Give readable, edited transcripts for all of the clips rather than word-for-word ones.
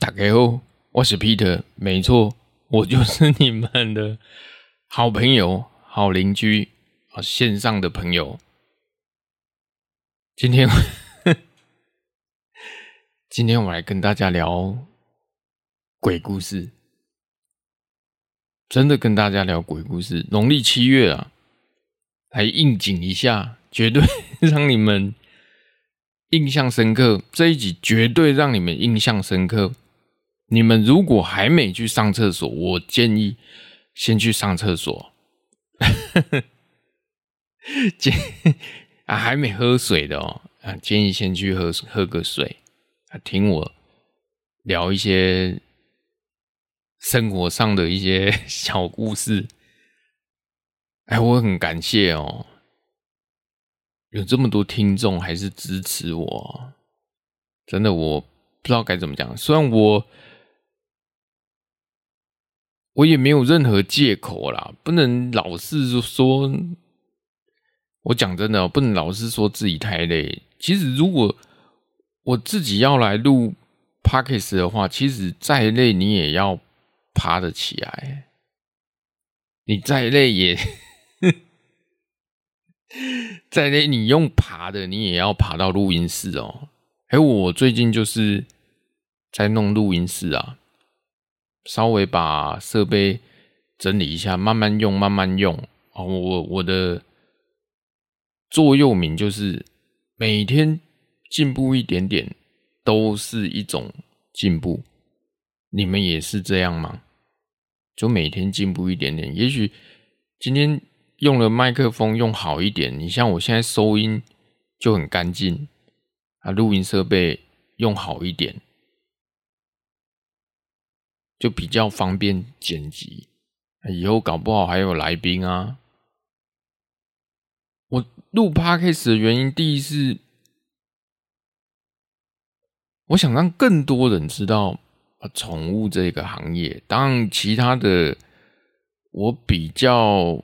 大家好，我是 Peter， 没错，我就是你们的好朋友、好邻居线上的朋友。今天我来跟大家聊鬼故事，真的跟大家聊鬼故事。农历7月啊，来应景一下，绝对让你们印象深刻。这一集绝对让你们印象深刻。你们如果还没去上厕所，我建议先去上厕所。还没喝水的建议先去喝个水听我聊一些生活上的一些小故事。我很感谢有这么多听众还是支持我，真的我不知道该怎么讲。虽然我也没有任何借口啦，不能老是说，我讲真的不能老是说自己太累。其实如果我自己要来录 Podcast 的话，其实再累你也要爬得起来，你再累也再累你用爬的你也要爬到录音室我最近就是在弄录音室啊，稍微把设备整理一下，慢慢用我的座右铭就是每天进步一点点都是一种进步。你们也是这样吗？就每天进步一点点，也许今天用了麦克风用好一点，你像我现在收音就很干净录音设备用好一点就比较方便剪辑以后搞不好还有来宾啊。我录 Podcast 的原因，第一是我想让更多人知道宠物这个行业，当然其他的我比较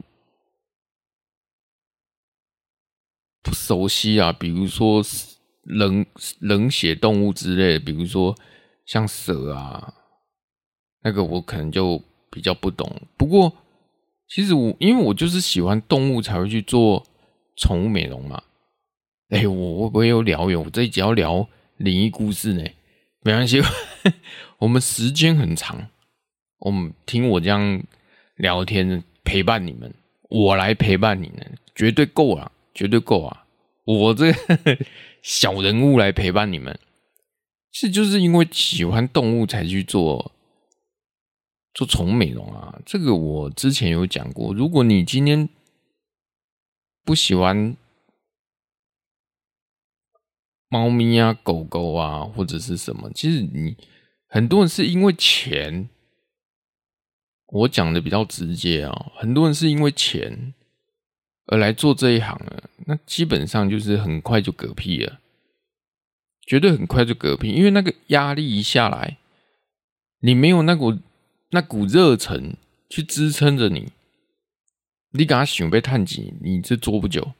不熟悉比如说冷血动物之类的，比如说像蛇那个我可能就比较不懂。不过其实因为我就是喜欢动物才会去做宠物美容嘛。我会不会有聊远？我这一集要聊灵异故事呢？没关系，我们时间很长，我们听我这样聊天陪伴你们，我来陪伴你们，绝对够啊，绝对够啊！我这个小人物来陪伴你们，是就是因为喜欢动物才去做宠物美容这个我之前有讲过。如果你今天不喜欢猫咪狗狗或者是什么，其实你很多人是因为钱，我讲的比较直接很多人是因为钱而来做这一行了，那基本上就是很快就嗝屁了，绝对很快就嗝屁。因为那个压力一下来，你没有那股热忱去支撑着你，你给他想要赚钱，你这做不久，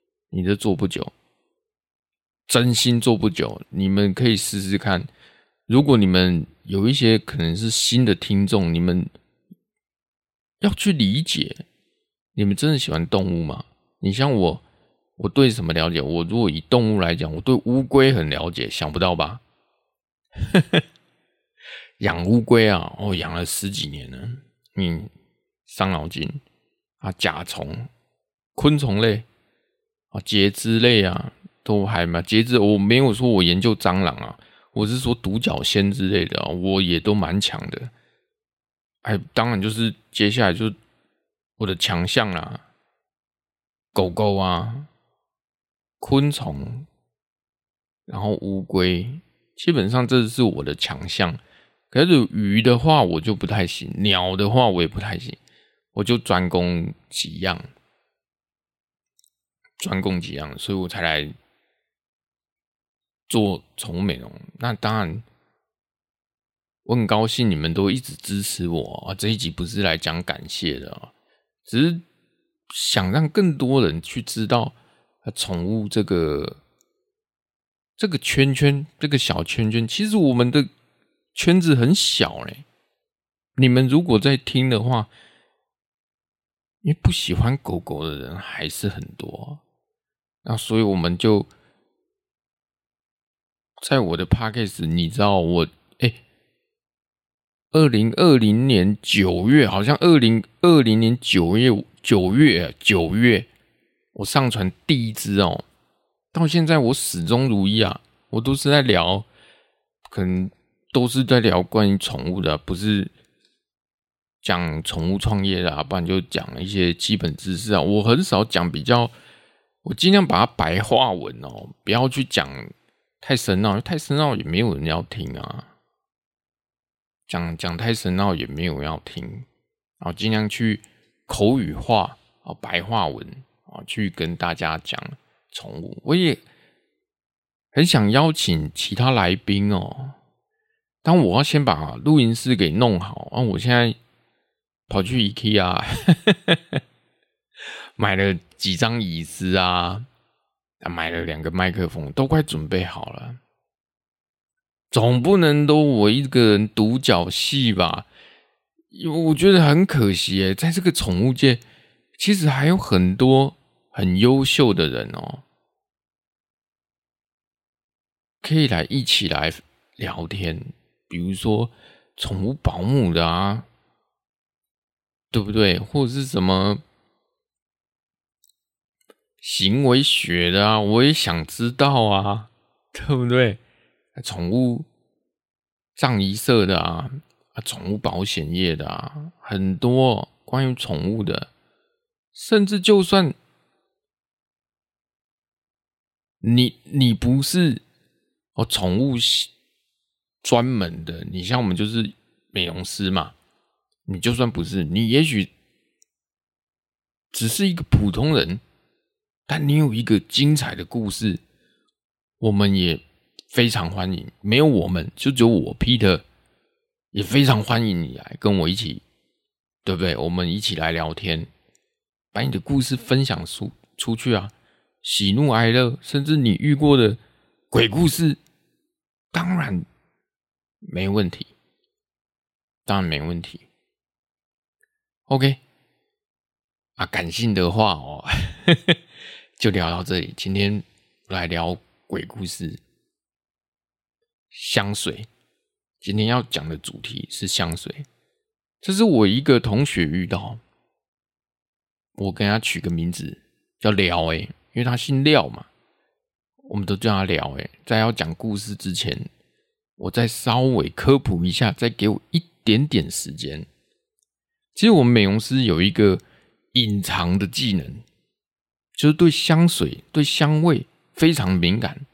真心做不久。你们可以试试看，如果你们有一些可能是新的听众，你们要去理解，你们真的喜欢动物吗？你像我对什么了解？我如果以动物来讲，我对乌龟很了解，想不到吧？养乌龟养了10几年了，伤脑筋甲虫、昆虫类节肢类都还蛮节肢。我没有说我研究蟑螂我是说独角仙之类的我也都蛮强的。当然就是接下来就是我的强项啦，狗狗昆虫，然后乌龟，基本上这是我的强项。可是鱼的话我就不太行，鸟的话我也不太行，我就专攻几样，所以我才来做宠物美容。那当然我很高兴你们都一直支持我这一集不是来讲感谢的只是想让更多人去知道宠物这个圈圈，这个小圈圈，其实我们的圈子很小嘞。你们如果在听的话，因为不喜欢狗狗的人还是很多，那所以我们就在我的 podcast， 你知道我2020年9月，好像2020年9月，我上传第一支哦，到现在我始终如一啊，我都是在聊，可能都是在聊关于宠物的，不是讲宠物创业的啊，不然就讲一些基本知识啊。我很少讲比较，我尽量把它白话文哦，不要去讲太深奥，太深奥也没有人要听啊。讲太深奥也没有人要听，然后尽量去口语化啊，白话文啊，去跟大家讲宠物。我也很想邀请其他来宾哦，但我要先把录音室给弄好啊。我现在跑去 IKEA 买了几张椅子啊，买了2个麦克风，都快准备好了。总不能都我一个人独角戏吧？我觉得很可惜耶，在这个宠物界，其实还有很多很优秀的人哦，可以一起来聊天。比如说宠物保姆的啊，对不对？或者是什么行为学的啊，我也想知道啊，对不对？宠物葬仪社的啊，宠物保险业的啊，很多关于宠物的，甚至就算你不是宠物专门的，你像我们就是美容师嘛，你就算不是，你也许只是一个普通人，但你有一个精彩的故事，我们也非常欢迎。没有我们，就只有我 Peter， 也非常欢迎你来跟我一起，对不对？我们一起来聊天，把你的故事分享出去啊，喜怒哀乐，甚至你遇过的鬼故事，当然没问题，当然没问题。OK， 感性的话哦，就聊到这里。今天来聊鬼故事。香水，今天要讲的主题是香水。这是我一个同学遇到，我跟他取个名字叫廖因为他姓廖嘛，我们都叫他廖在要讲故事之前，我再稍微科普一下，再给我一点点时间。其实我们美容师有一个隐藏的技能，就是对香水、对香味非常敏感。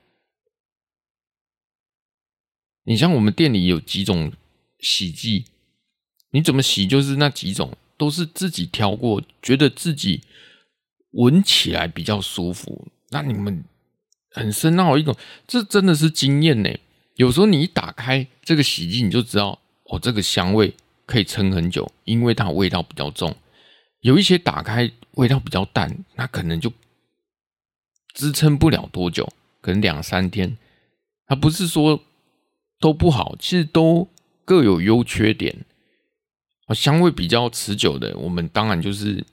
你像我们店里有几种洗剂，你怎么洗就是那几种，都是自己挑过，觉得自己闻起来比较舒服。那你们很深奥一种，这真的是经验呢。有时候你一打开这个洗剂，你就知道这个香味可以撑很久，因为它味道比较重。有一些打开味道比较淡，那可能就支撑不了多久，可能2-3天。它不是说都不好，其实都各有优缺点。香味比较持久的，我们当然就是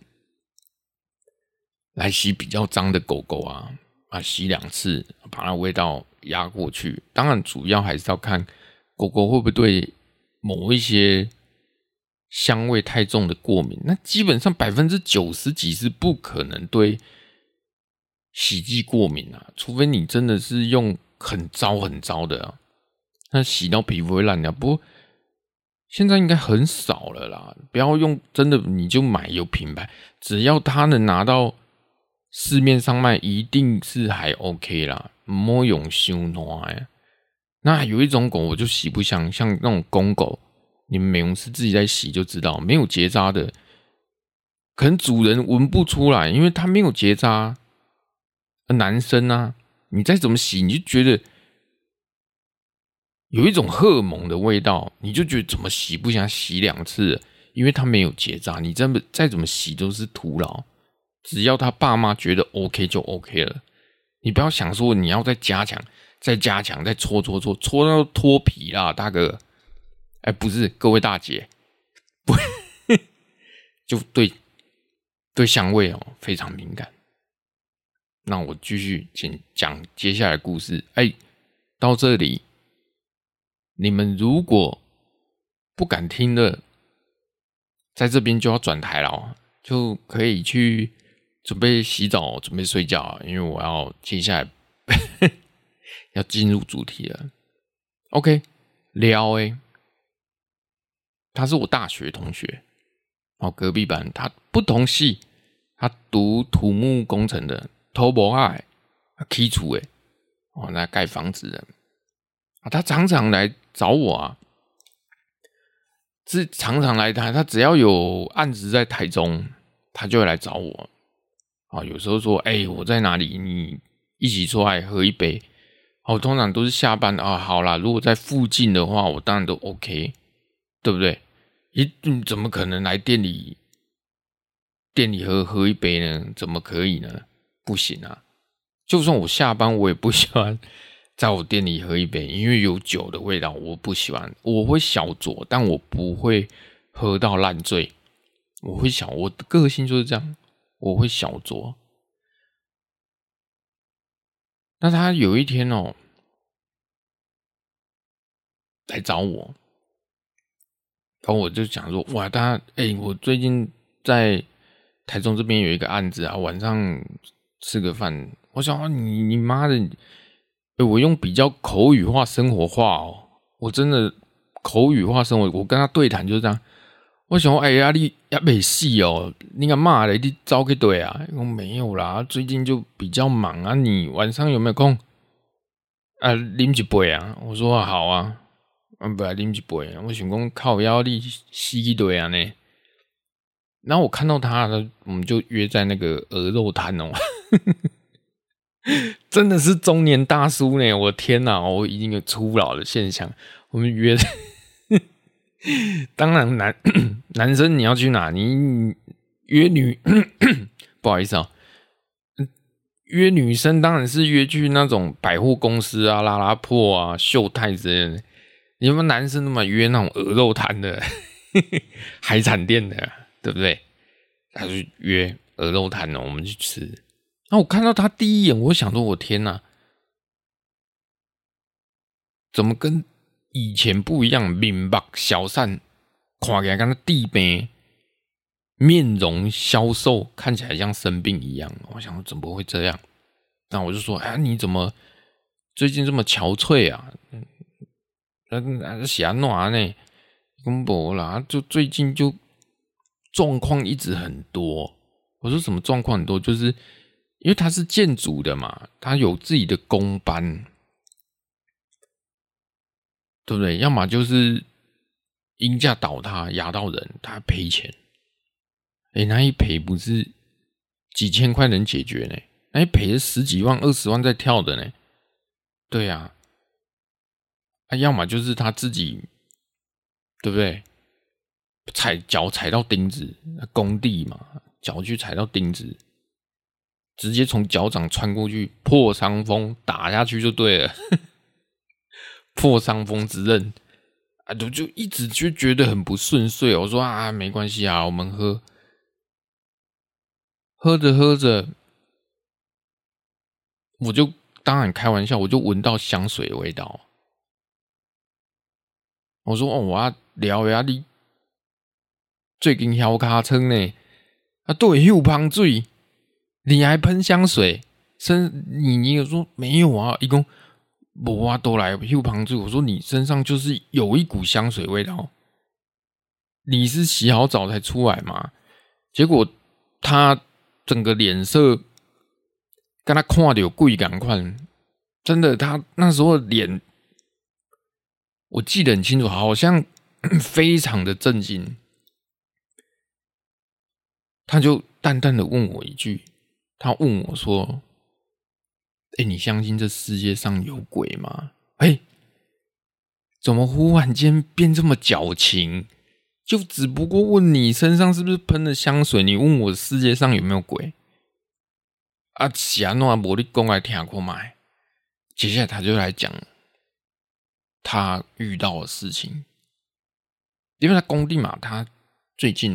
来洗比较脏的狗狗啊，洗2次，把它味道压过去。当然主要还是要看狗狗会不会对某一些香味太重的过敏。那基本上90%几是不可能对洗剂过敏啊，除非你真的是用很糟很糟的啊，那洗到皮肤会烂掉。不过现在应该很少了啦，不要用真的你就买有品牌，只要它能拿到市面上卖，一定是还 OK 啦，不要用伤烂的。那有一种狗我就洗不像那种公狗，你们美容师自己在洗就知道，没有结扎的，可能主人闻不出来，因为它没有结扎。男生啊，你再怎么洗，你就觉得有一种荷尔蒙的味道，你就觉得怎么洗不想洗2次，因为它没有结扎，你再怎么洗都是徒劳。只要他爸妈觉得 OK 就 OK 了，你不要想说你要再加强、再搓到脱皮啦，大哥， 不是各位大姐，不就对香味非常敏感。那我继续讲接下来的故事。到这里，你们如果不敢听了，在这边就要转台了就可以去准备洗澡，准备睡觉因为我要接下来要进入主题了。OK， 廖他是我大学同学隔壁班，他不同系，他读土木工程的，头毛矮，起厝的那盖房子的他常常来找我是常常来他只要有案子在台中，他就会来找我有时候说我在哪里，你一起出来喝一杯通常都是下班好啦，如果在附近的话，我当然都 OK， 对不对？你怎么可能来店里喝一杯呢？怎么可以呢？不行啊！就算我下班，我也不喜欢在我店里喝一杯，因为有酒的味道，我不喜欢。我会小酌，但我不会喝到烂醉。我的个性就是这样，我会小酌。那他有一天来找我，然后我就想说，哇，我最近在台中这边有一个案子晚上吃个饭。我想你妈的，我用比较口语化、生活化我真的口语化生活，我跟他对谈就是这样。我想说，你也没死你干嘛嘞？你早去对啊？我没有啦，最近就比较忙你晚上有没有空？啉一杯我说好啊。不来啉一杯我想说靠腰你死去对呢。然后我看到他我们就约在那个鹅肉摊真的是中年大叔呢！我天哪，我已经有初老的现象。我们约当然男生你要去哪？你约不好意思约女生当然是约去那种百货公司拉拉破秀泰之类的。你们男生那么约那种鹅肉摊的海产店的对不对？他就约鹅肉摊我们去吃。那我看到他第一眼，我想说我天哪，怎么跟以前不一样？面目小善，看起来跟他地病，面容消瘦，看起来像生病一样。我想说怎么会这样？那我就说你怎么最近这么憔悴啊？是安怎呢？没啦，就最近就状况一直很多。我说什么状况很多？就是因为他是建筑的嘛，他有自己的工班，对不对？要么就是阴价倒塌压到人，他赔钱。那一赔不是几千块能解决呢？那一赔是10几万、20万在跳的呢。对啊。要么就是他自己，对不对？脚踩到钉子，工地嘛，脚去踩到钉子，直接从脚掌穿过去，破伤风打下去就对了。破伤风之刃就一直就觉得很不顺遂。我说没关系我们喝着，我就当然开玩笑，我就闻到香水的味道。我说我要聊下你最近摇卡称呢对又香水，你还喷香水？你有说没有一共没都来又香水。我说你身上就是有一股香水味道，你是洗好澡才出来吗？结果他整个脸色跟他看到有鬼感快，真的，他那时候脸我记得很清楚，好像非常的震惊。他就淡淡的问我一句，他问我说：“你相信这世界上有鬼吗？”怎么忽然间变这么矫情？就只不过问你身上是不是喷了香水，你问我世界上有没有鬼？是安怎没你讲来听看卖？接下来他就来讲他遇到的事情。 因为他工地嘛，他最近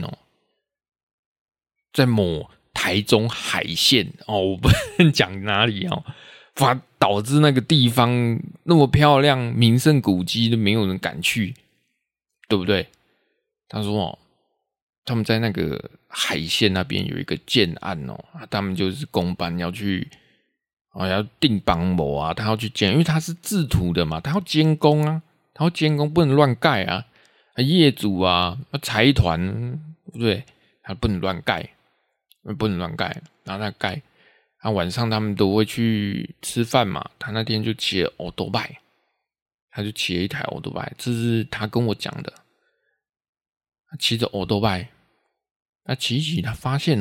在某台中海线我不能讲哪里导致那个地方那么漂亮，名胜古迹都没有人敢去，对不对？他说他们在那个海线那边有一个建案他们就是公班要去要定帮某他要去建，因为他是制图的嘛，他要监工他要监工，不能乱盖业主财团对不对？他不能乱盖，然后他盖晚上他们都会去吃饭嘛，他那天就骑了欧多拜，他就骑了一台欧多拜，这是他跟我讲的。他骑着欧多拜，他骑一骑，他发现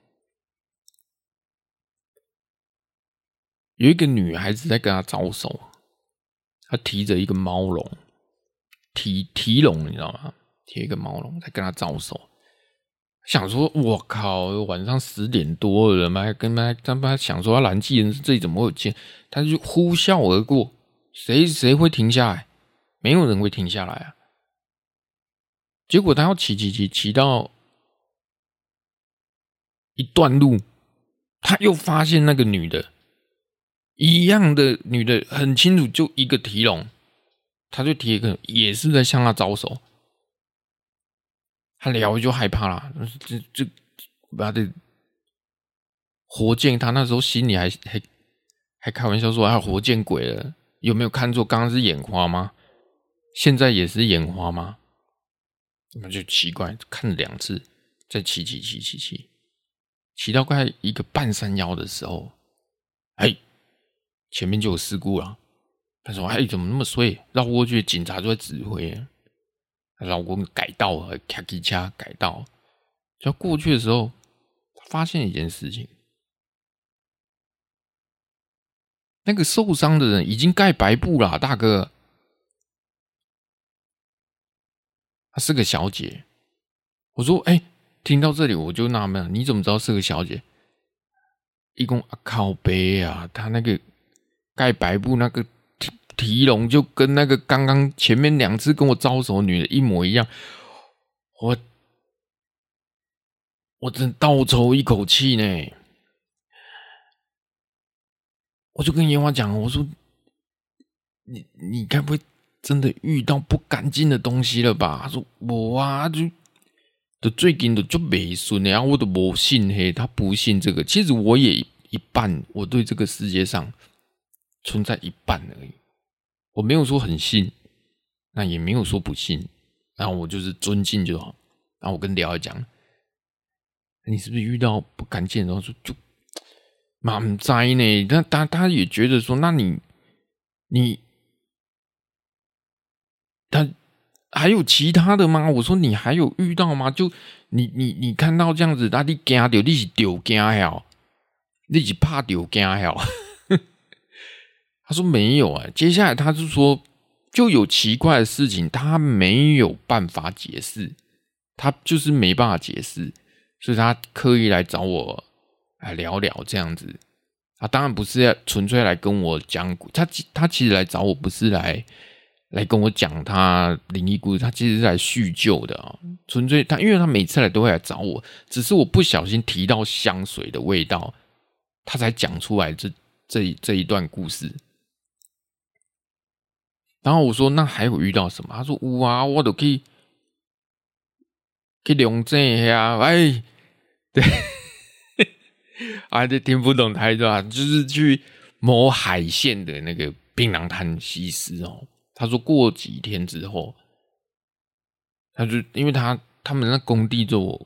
有一个女孩子在跟他招手，他提着一个猫笼，提笼，你知道吗？提一个猫笼在跟他招手。想说我靠，晚上10点多了嘛，跟他想说他蓝记人这里怎么会有见，他就呼啸而过，谁会停下来？没有人会停下来结果他要骑到一段路，他又发现那个女的，一样的女的，很清楚，就一个提笼，他就提一个，也是在向他招手。他聊就害怕啦，这把他的活见，他那时候心里还开玩笑说他活见鬼了，有没有看错？刚刚是眼花吗？现在也是眼花吗？那就奇怪，看了2次，再骑到快一个半山腰的时候，前面就有事故了。他说怎么那么衰？绕过去警察就在指挥。老公改道了，开机车改道，就要过去的时候，发现一件事情，那个受伤的人已经盖白布了，大哥，她是个小姐。我说，听到这里我就纳闷，你怎么知道是个小姐？一共靠背他那个盖白布那个提笼就跟那个刚刚前面2次跟我招手的女的一模一样，我真倒抽一口气呢。我就跟烟花讲，我说你该不会真的遇到不干净的东西了吧？他说我就最近就没顺然后我都没信他不信这个。其实我也一半，我对这个世界上存在一半而已。我没有说很信，那也没有说不信，然后我就是尊敬就好。然后我跟廖讲，你是不是遇到不干净的东西？就蛮灾呢。他也觉得说，那他还有其他的吗？我说你还有遇到吗？就你看到这样子，你惊到你是丢惊呀？你是怕丢惊呀？他说没有接下来他就说，就有奇怪的事情，他没有办法解释，他就是没办法解释，所以他刻意来找我聊聊这样子。当然不是纯粹来跟我讲，他其实来找我不是来跟我讲他灵异故事，他其实是来叙旧的纯粹因为他每次来都会来找我，只是我不小心提到香水的味道，他才讲出来这一段故事。然后我说那还有遇到什么？他说有我都去龙井对这听不懂台语就是去某海线的那个槟榔摊西施他说过几天之后，他就因为他们那工地就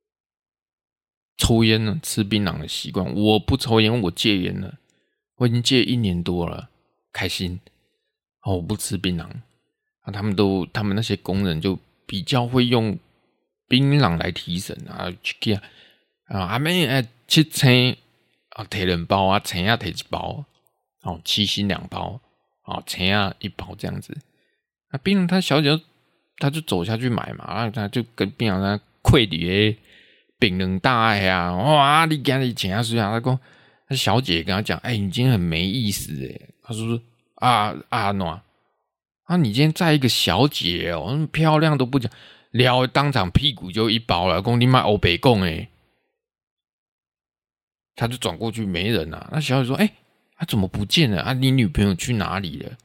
抽烟了、吃槟榔的习惯。我不抽烟，我戒烟了，我已经戒1年多了，开心。我不吃槟榔他们那些工人就比较会用槟榔来提神去阿妹7青提2包青提1包7星2包青1包这样子。槟榔他小姐他就走下去买嘛，他就跟槟榔他跪伫槟榔大爱哇你今日青水他说他小姐跟他讲你今天很没意思他说你今天载一个小姐那么漂亮都不讲， 聊当场屁股就一包了，讲你妈欧北贡哎，他就转过去没人啊。那小姐说：“他怎么不见了啊？你女朋友去哪里了？”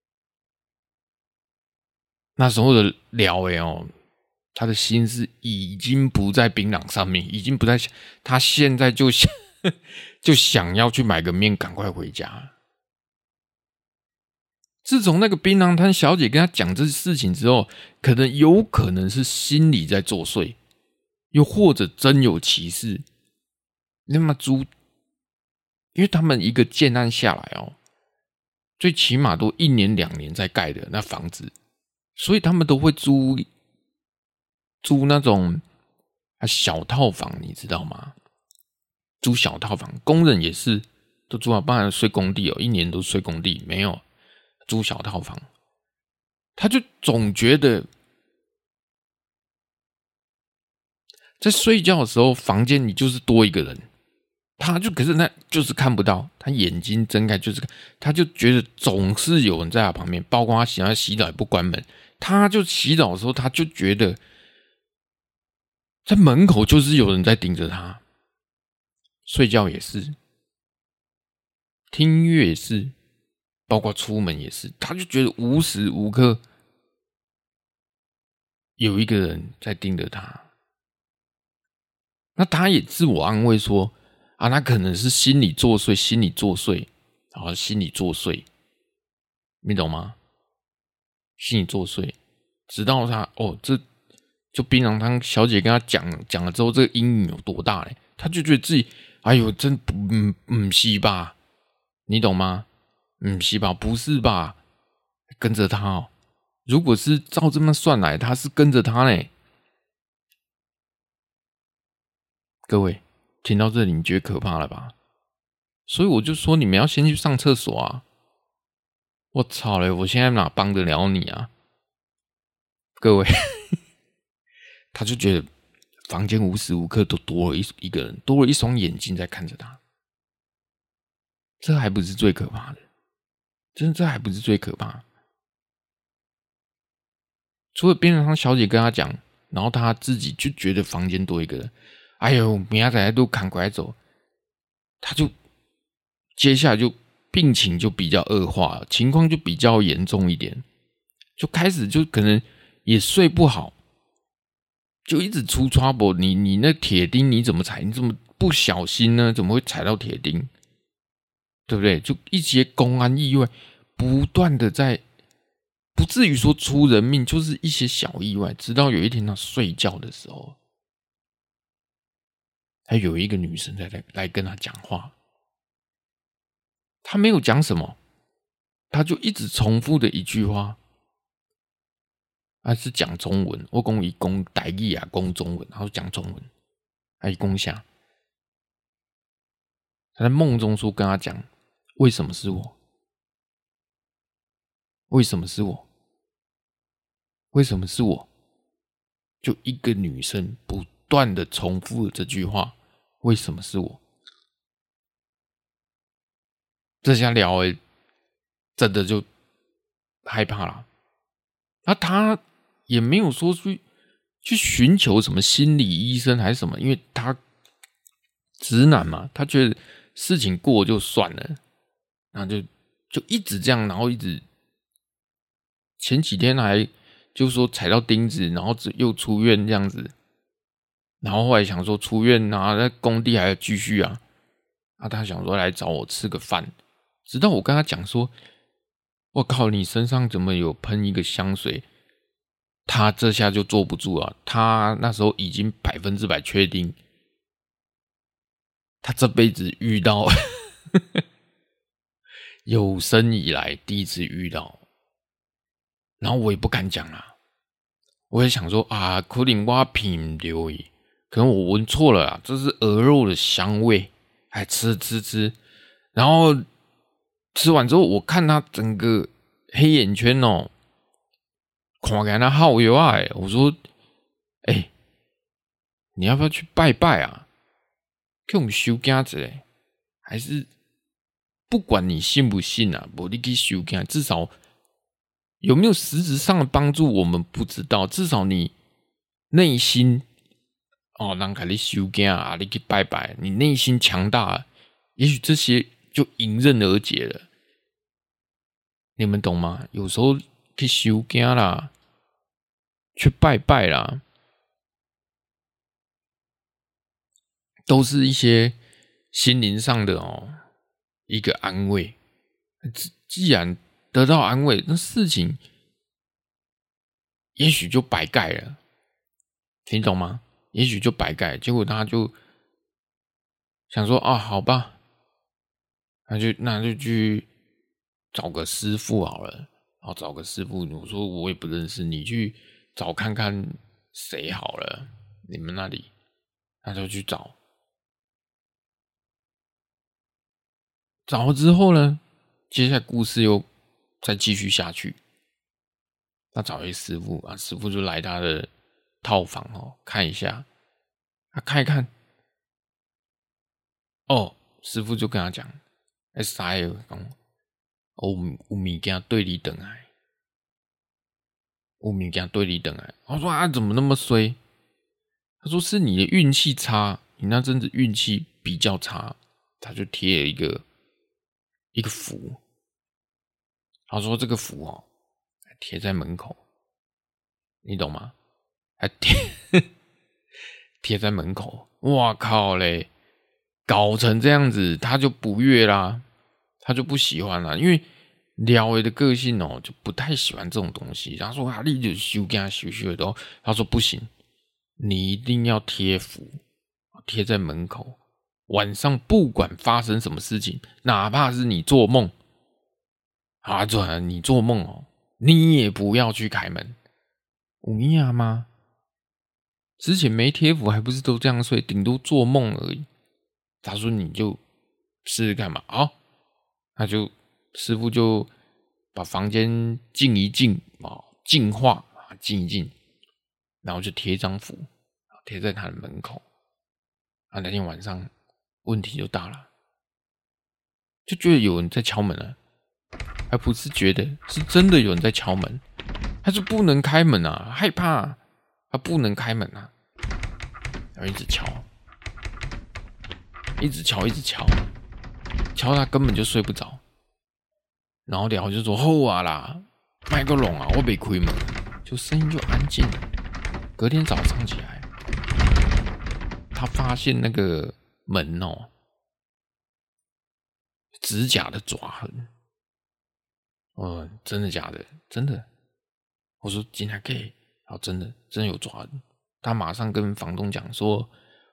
那时候的聊他的心思已经不在槟榔上面，已经不在，他现在就想要去买个面，赶快回家。自从那个槟榔摊小姐跟他讲这事情之后，有可能是心里在作祟，又或者真有其事。那么因为他们一个建案下来最起码都1年2年在盖的那房子，所以他们都会租那种小套房，你知道吗？租小套房，工人也是都租好，不然睡工地1年都睡工地，没有租小套房。他就总觉得在睡觉的时候，房间里就是多一个人，可是那就是看不到，他眼睛睁开就是他就觉得总是有人在他旁边，包括他洗澡也不关门，他就洗澡的时候，他就觉得在门口就是有人在盯着他。睡觉也是，听音乐也是，包括出门也是，他就觉得无时无刻有一个人在盯着他。那他也自我安慰说他可能是心理作祟，你懂吗？心理作祟，直到他这就槟榔汤小姐跟他讲了之后，这个阴影有多大嘞？他就觉得自己真不是吧？你懂吗？不是吧？不是吧？跟着他如果是照这么算来，他是跟着他嘞。各位听到这里，你觉得可怕了吧？所以我就说你们要先去上厕所啊！我操嘞！我现在哪帮得了你啊？各位，他就觉得房间无时无刻都多了一个人，多了一双眼睛在看着他。这还不是最可怕的，真的，这还不是最可怕。除了边上小姐跟他讲，然后他自己就觉得房间多一个人，明仔载都赶快走，他就接下来就病情就比较恶化了，情况就比较严重一点，就开始就可能也睡不好，就一直出 trouble。你那铁钉你怎么踩？你怎么不小心呢？怎么会踩到铁钉？对不对？就一些公安意外不断的在，不至于说出人命，就是一些小意外。直到有一天他睡觉的时候，还有一个女生来跟他讲话，他没有讲什么，他就一直重复的一句话，是讲中文。我讲他讲台语啊，讲中文，然后讲中文，他讲啥？他在梦中说跟他讲，为什么是我？为什么是我？为什么是我？就一个女生不断的重复这句话，为什么是我？这下聊真的就害怕了。他也没有说去寻求什么心理医生还是什么，因为他直男嘛，他觉得事情过就算了，然后就一直这样，然后一直前几天还就说踩到钉子，然后又出院这样子，然后后来想说出院那工地还要继续啊，他想说来找我吃个饭，直到我跟他讲说，我靠，你身上怎么有喷一个香水？他这下就坐不住了，他那时候已经100%确定，他这辈子遇到有生以来第一次遇到，然后我也不敢讲啦，我也想说可能我品流而可能我闻错了啦，这是鹅肉的香味，吃，然后吃完之后，我看他整个黑眼圈看起来他好油啊！我说，你要不要去拜拜啊？给我们收惊子嘞，还是不管你信不信啊，你去收惊，至少有没有实质上的帮助我们不知道，至少你内心人给你修行啊，你去拜拜，你内心强大，也许这些就迎刃而解了。你们懂吗？有时候去修行啦，去拜拜啦，都是一些心灵上的一个安慰。既然得到安慰，那事情也许就白盖了，你懂吗？也许就白盖，结果他就想说好吧，那就去找个师傅好了。然后找个师傅，我说我也不认识，你去找看看谁好了，你们那里，他就去找。找了之后呢，接下来故事又再继续下去。他找一师傅啊，师傅就来他的套房看一下，看一看，师傅就跟他讲，有物件对你等来，有物件对你等来。我说怎么那么衰？他说是你的运气差，你那阵子运气比较差。他就贴了一个符，他说这个符贴在门口，你懂吗？还贴在门口，哇靠嘞！搞成这样子，他就不悦啦，他就不喜欢啦，因为廖伟的个性就不太喜欢这种东西。他说你就修给他修的都，他说不行，你一定要贴符，贴在门口。晚上不管发生什么事情，哪怕是你做梦你做梦你也不要去开门。有影吗？之前没贴符还不是都这样睡，顶多做梦而已。他说你就试试看嘛。好，那就师傅就把房间静一静净化静一静，然后就贴一张符贴在他的门口。那天晚上问题就大了，就觉得有人在敲门了，还不是觉得是真的有人在敲门。他就不能开门啊，害怕他不能开门啊，然后一直敲，一直敲，敲他根本就睡不着。然后聊就说好啊啦，麦个拢啊，我没开门，就声音就安静了。隔天早上起来，他发现那个门指甲的爪痕。真的假的？真的。我说今天可以，真的有爪痕。他马上跟房东讲说，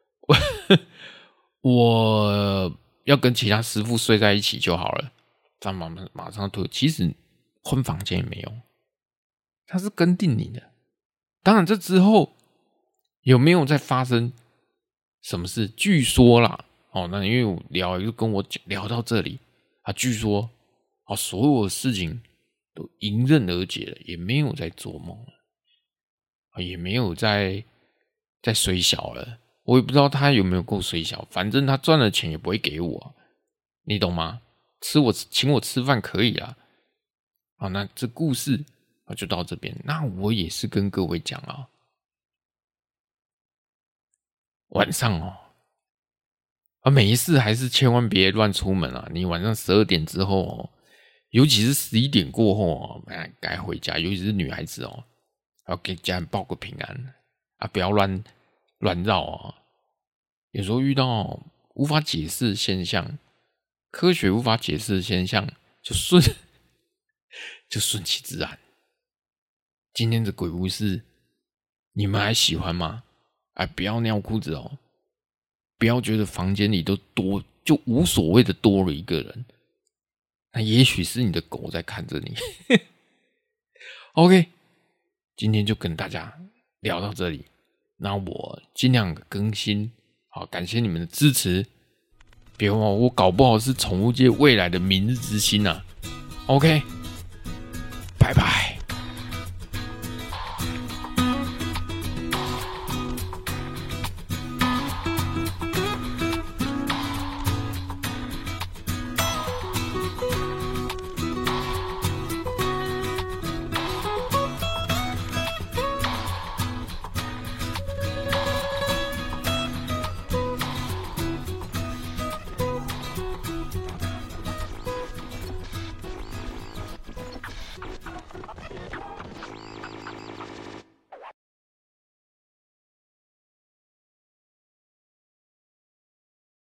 我要跟其他师傅睡在一起就好了。他马上退，其实婚房间也没有，他是跟定你的。当然这之后有没有再发生什么事？据说啦，那因为我就跟我聊到这里，据说所有的事情都迎刃而解了，也没有在做梦了，也没有在衰小了。我也不知道他有没有够衰小，反正他赚了钱也不会给我，你懂吗？请我吃饭可以啦。好，那这故事就到这边。那我也是跟各位讲晚上没事还是千万别乱出门啊！你晚上12点之后尤其是11点过后该回家，尤其是女孩子要给家人报个平安不要乱绕有时候遇到无法解释的现象，科学无法解释的现象，就顺其自然。今天的鬼故事你们还喜欢吗？不要尿裤子不要觉得房间里都多，就无所谓的多了一个人，那也许是你的狗在看着你。OK， 今天就跟大家聊到这里，那我尽量更新，好，感谢你们的支持，别忘了我搞不好是宠物界未来的明日之星啊。OK， 拜拜。